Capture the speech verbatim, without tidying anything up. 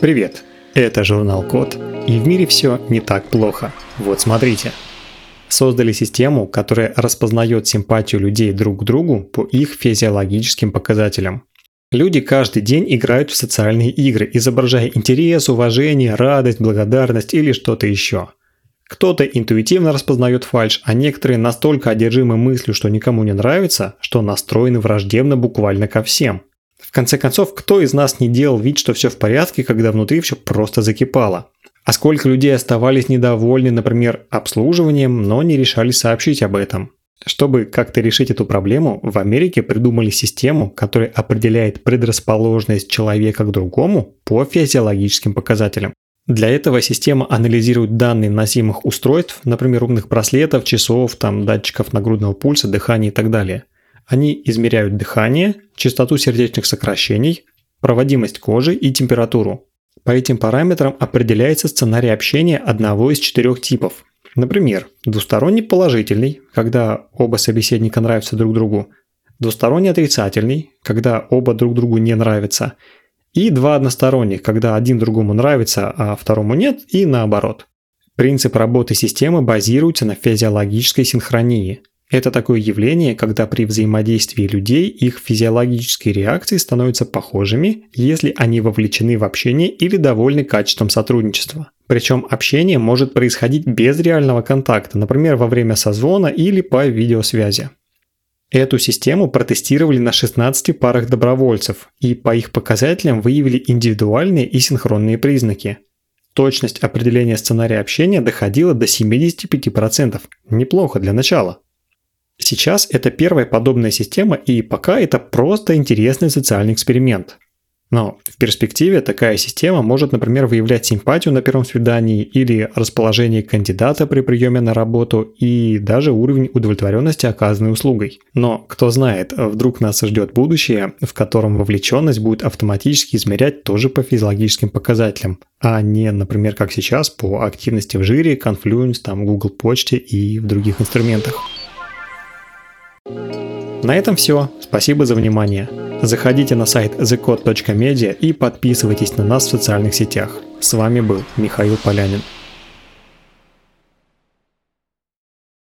Привет, это журнал Код, и в мире все не так плохо. Вот смотрите. Создали систему, которая распознает симпатию людей друг к другу по их физиологическим показателям. Люди каждый день играют в социальные игры, изображая интерес, уважение, радость, благодарность или что-то еще. Кто-то интуитивно распознает фальшь, а некоторые настолько одержимы мыслью, что никому не нравится, что настроены враждебно буквально ко всем. В конце концов, кто из нас не делал вид, что все в порядке, когда внутри все просто закипало? А сколько людей оставались недовольны, например, обслуживанием, но не решались сообщить об этом? Чтобы как-то решить эту проблему, в Америке придумали систему, которая определяет предрасположенность человека к другому по физиологическим показателям. Для этого система анализирует данные носимых устройств, например, умных браслетов, часов, там, датчиков нагрудного пульса, дыхания и так далее. Они измеряют дыхание, частоту сердечных сокращений, проводимость кожи и температуру. По этим параметрам определяется сценарий общения одного из четырех типов. Например, двусторонний положительный, когда оба собеседника нравятся друг другу, двусторонний отрицательный, когда оба друг другу не нравятся, и два односторонних, когда один другому нравится, а второму нет, и наоборот. Принцип работы системы базируется на физиологической синхронии. Это такое явление, когда при взаимодействии людей их физиологические реакции становятся похожими, если они вовлечены в общение или довольны качеством сотрудничества. Причем общение может происходить без реального контакта, например, во время созвона или по видеосвязи. Эту систему протестировали на шестнадцати парах добровольцев и по их показателям выявили индивидуальные и синхронные признаки. Точность определения сценария общения доходила до семидесяти пяти процентов. Неплохо для начала. Сейчас это первая подобная система, и пока это просто интересный социальный эксперимент. Но в перспективе такая система может, например, выявлять симпатию на первом свидании или расположение кандидата при приеме на работу и даже уровень удовлетворенности оказанной услугой. Но кто знает, вдруг нас ждет будущее, в котором вовлеченность будет автоматически измерять тоже по физиологическим показателям, а не, например, как сейчас, по активности в жире, Confluence, там, Google почте и в других инструментах. На этом все. Спасибо за внимание. Заходите на сайт the code точка media и подписывайтесь на нас в социальных сетях. С вами был Михаил Полянин.